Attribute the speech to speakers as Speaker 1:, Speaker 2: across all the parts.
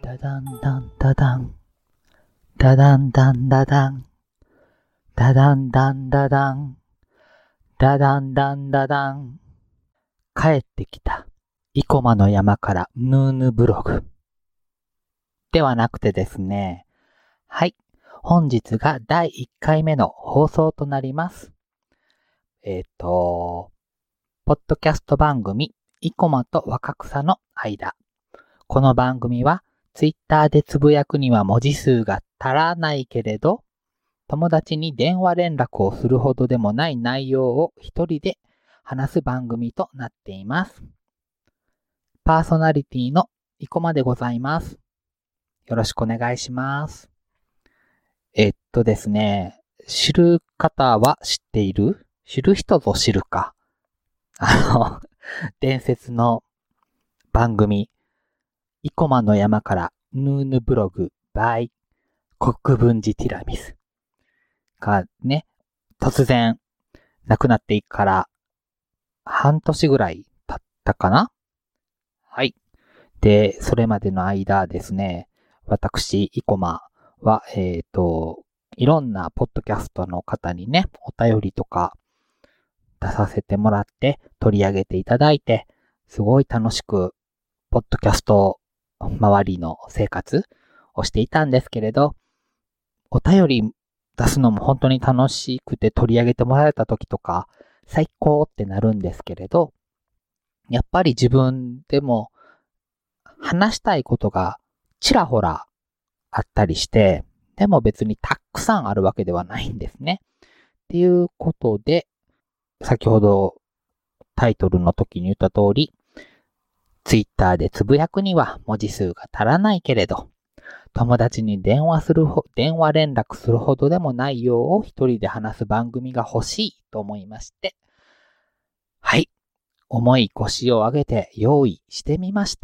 Speaker 1: ダダンダンダダン。ダダンダンダダン。ダダンダンダダン。ダダンダンダダン。帰ってきた。生駒の山からヌーヌブログ。ではなくてですね。はい。本日が第1回目の放送となります。ポッドキャスト番組、生駒と若草の間。この番組は、ツイッターでつぶやくには文字数が足らないけれど、友達に電話連絡をするほどでもない内容を一人で話す番組となっています。パーソナリティの生駒でございます。よろしくお願いします。ですね、知る方は知っている？知る人ぞ知るか。伝説の番組、生駒の山からヌーヌブログ by 国分寺ティラミスがね、突然亡くなっていくから半年ぐらい経ったかな？はい。で、それまでの間ですね、私、生駒は、いろんなポッドキャストの方にね、お便りとか出させてもらって取り上げていただいて、すごい楽しく、ポッドキャスト周りの生活をしていたんですけれど、お便り出すのも本当に楽しくて取り上げてもらえた時とか、最高ってなるんですけれど、やっぱり自分でも話したいことがちらほらあったりして、でも別にたくさんあるわけではないんですね。っていうことで、先ほどタイトルの時に言った通り、ツイッターでつぶやくには文字数が足らないけれど、友達に電話連絡するほどでもないようを一人で話す番組が欲しいと思いまして、はい、重い腰を上げて用意してみました。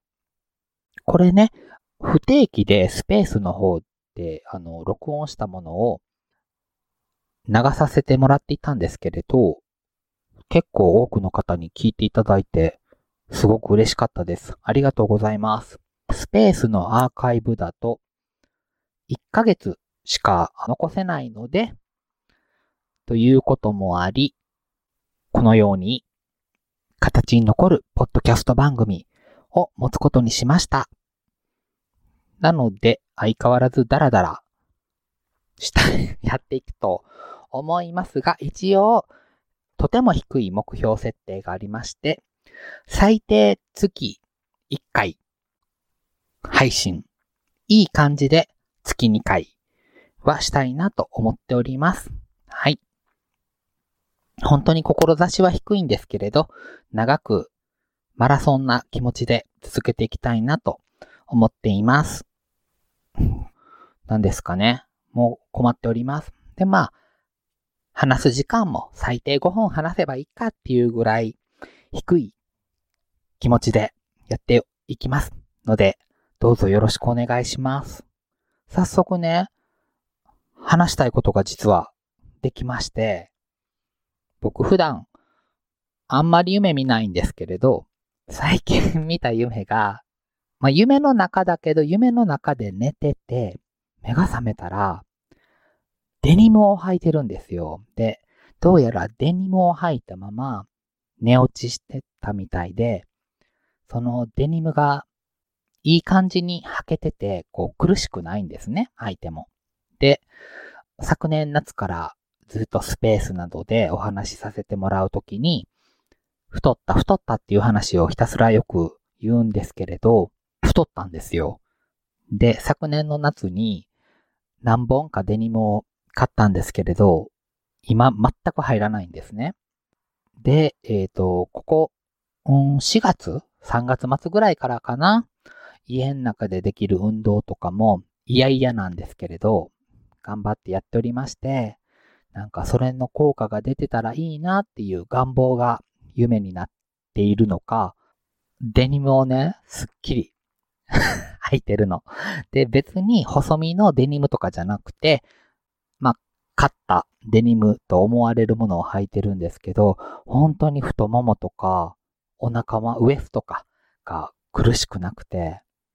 Speaker 1: これね、不定期でスペースの方で録音したものを流させてもらっていたんですけれど、結構多くの方に聞いていただいて、すごく嬉しかったです。ありがとうございます。スペースのアーカイブだと、1ヶ月しか残せないので、ということもあり、このように、形に残るポッドキャスト番組を持つことにしました。なので、相変わらずダラダラやっていくと思いますが、一応、とても低い目標設定がありまして、最低月1回配信、いい感じで月2回はしたいなと思っております。はい。本当に志は低いんですけれど、長くマラソンな気持ちで続けていきたいなと思っています。何ですかね。もう困っております。で、話す時間も最低5分話せばいいかっていうぐらい低い気持ちでやっていきますので、どうぞよろしくお願いします。早速ね、話したいことが実はできまして、僕普段あんまり夢見ないんですけれど、最近見た夢が、夢の中だけど夢の中で寝てて、目が覚めたら、デニムを履いてるんですよ。で、どうやらデニムを履いたまま寝落ちしてたみたいで、そのデニムがいい感じに履けてて、苦しくないんですね、履いても。で、昨年夏からずっとスペースなどでお話しさせてもらうときに、太ったっていう話をひたすらよく言うんですけれど、太ったんですよ。で、昨年の夏に何本かデニムを買ったんですけれど、今全く入らないんですね。で、ここ、4月 ?3 月末ぐらいからかな。家の中でできる運動とかも嫌々なんですけれど、頑張ってやっておりまして、なんかそれの効果が出てたらいいなっていう願望が夢になっているのか、デニムをね、すっきり履いてるの。で、別に細身のデニムとかじゃなくて、買ったデニムと思われるものを履いてるんですけど、本当に太ももとか、お腹はウエストとかが苦しくなくて、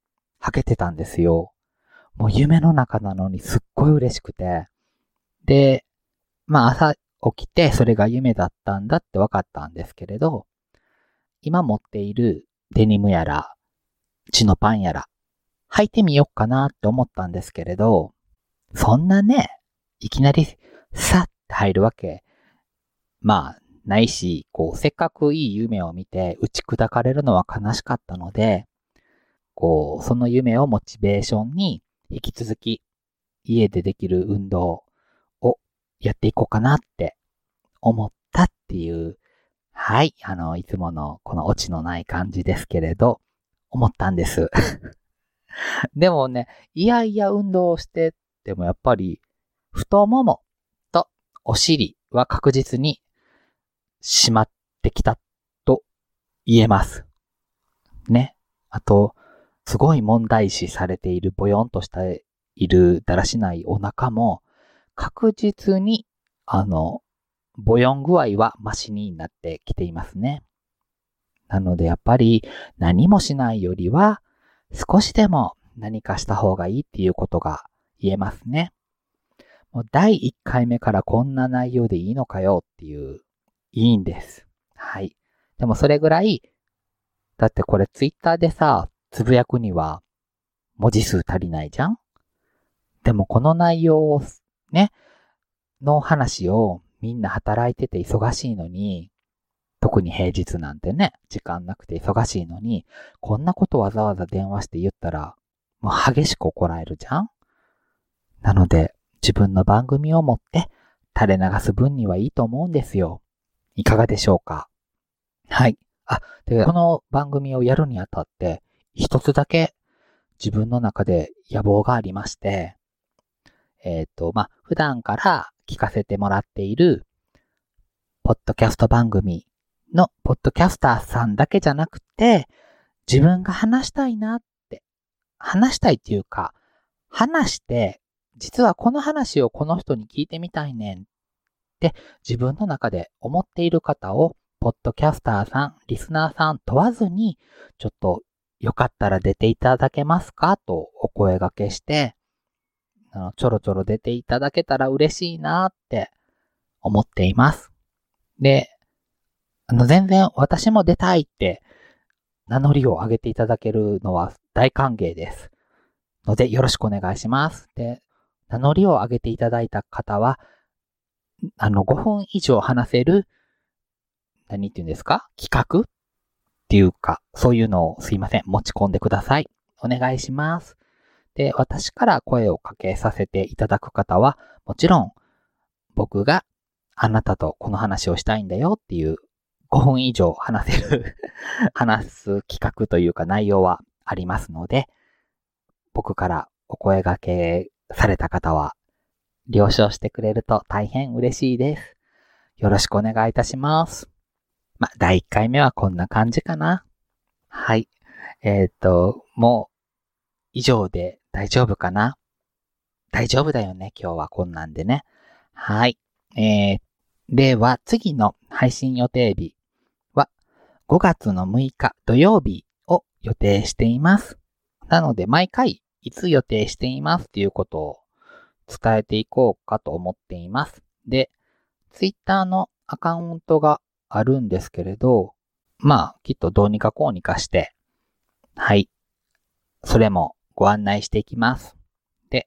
Speaker 1: はけてたんですよ。もう夢の中なのにすっごい嬉しくて。で、朝起きてそれが夢だったんだって分かったんですけれど、今持っているデニムやら、チノパンやら、履いてみようかなって思ったんですけれど、そんなね、いきなりさって入るわけ、ないし、せっかくいい夢を見て打ち砕かれるのは悲しかったので、その夢をモチベーションに引き続き家でできる運動をやっていこうかなって思ったっていう、はい、いつものこのオチのない感じですけれど、思ったんです。でもね、いやいや運動をしてってもやっぱり太ももとお尻は確実に締まってきたと言えます。ね。あと、すごい問題視されているボヨンとしているだらしないお腹も確実にボヨン具合はマシになってきていますね。なのでやっぱり何もしないよりは少しでも何かした方がいいっていうことが言えますね。もう第1回目からこんな内容でいいのかよっていう、いいんです。はい。でもそれぐらい、だってこれツイッターでさ、つぶやくには文字数足りないじゃん？でもこの内容をね、の話をみんな働いてて忙しいのに、特に平日なんてね、時間なくて忙しいのに、こんなことわざわざ電話して言ったら、もう激しく怒られるじゃん？なので、自分の番組を持って垂れ流す分にはいいと思うんですよ。いかがでしょうか？はい。で、この番組をやるにあたって、一つだけ自分の中で野望がありまして、普段から聞かせてもらっている、ポッドキャスト番組のポッドキャスターさんだけじゃなくて、自分が話したいなって、話したいっていうか、話して、実はこの話をこの人に聞いてみたいねんって自分の中で思っている方を、ポッドキャスターさん、リスナーさん問わずに、ちょっとよかったら出ていただけますかとお声掛けして、ちょろちょろ出ていただけたら嬉しいなって思っています。で、全然私も出たいって名乗りを上げていただけるのは大歓迎です。のでよろしくお願いします。で、名乗りを上げていただいた方は、5分以上話せる、何って言うんですか？企画っていうか、そういうのをすいません、持ち込んでください。お願いします。で、私から声をかけさせていただく方は、もちろん、僕があなたとこの話をしたいんだよっていう5分以上話せる話す企画というか内容はありますので、僕からお声掛けされた方は了承してくれると大変嬉しいです。よろしくお願いいたします。第1回目はこんな感じかな。はい。もう以上で大丈夫かな？大丈夫だよね、今日はこんなんでね。はい。では次の配信予定日は5月の6日土曜日を予定しています。なので毎回いつ予定していますっていうことを伝えていこうかと思っています。で、ツイッターのアカウントがあるんですけれど、きっとどうにかこうにかして、はい。それもご案内していきます。で、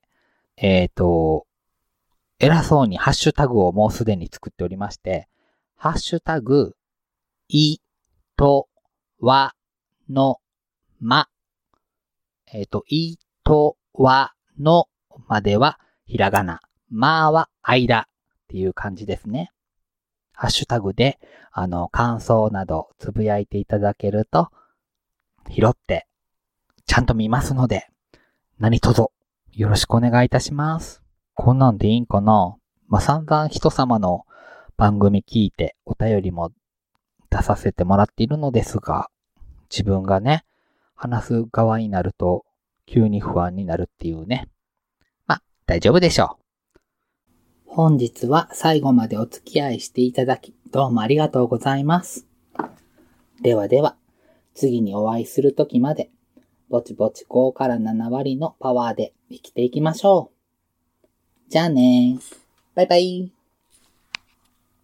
Speaker 1: 偉そうにハッシュタグをもうすでに作っておりまして、ハッシュタグ、い、と、わ、の、ま。い、と、わ、の、まではひらがな。まは間っていう感じですね。ハッシュタグで、感想などつぶやいていただけると、拾って、ちゃんと見ますので、何卒よろしくお願いいたします。こんなんでいいんかな？散々人様の番組聞いてお便りも出させてもらっているのですが、自分がね、話す側になると急に不安になるっていうね。大丈夫でしょう。本日は最後までお付き合いしていただき、どうもありがとうございます。ではでは、次にお会いするときまで、 ぼちぼち5から7割のパワーで生きていきましょう。じゃあね。バイバイ。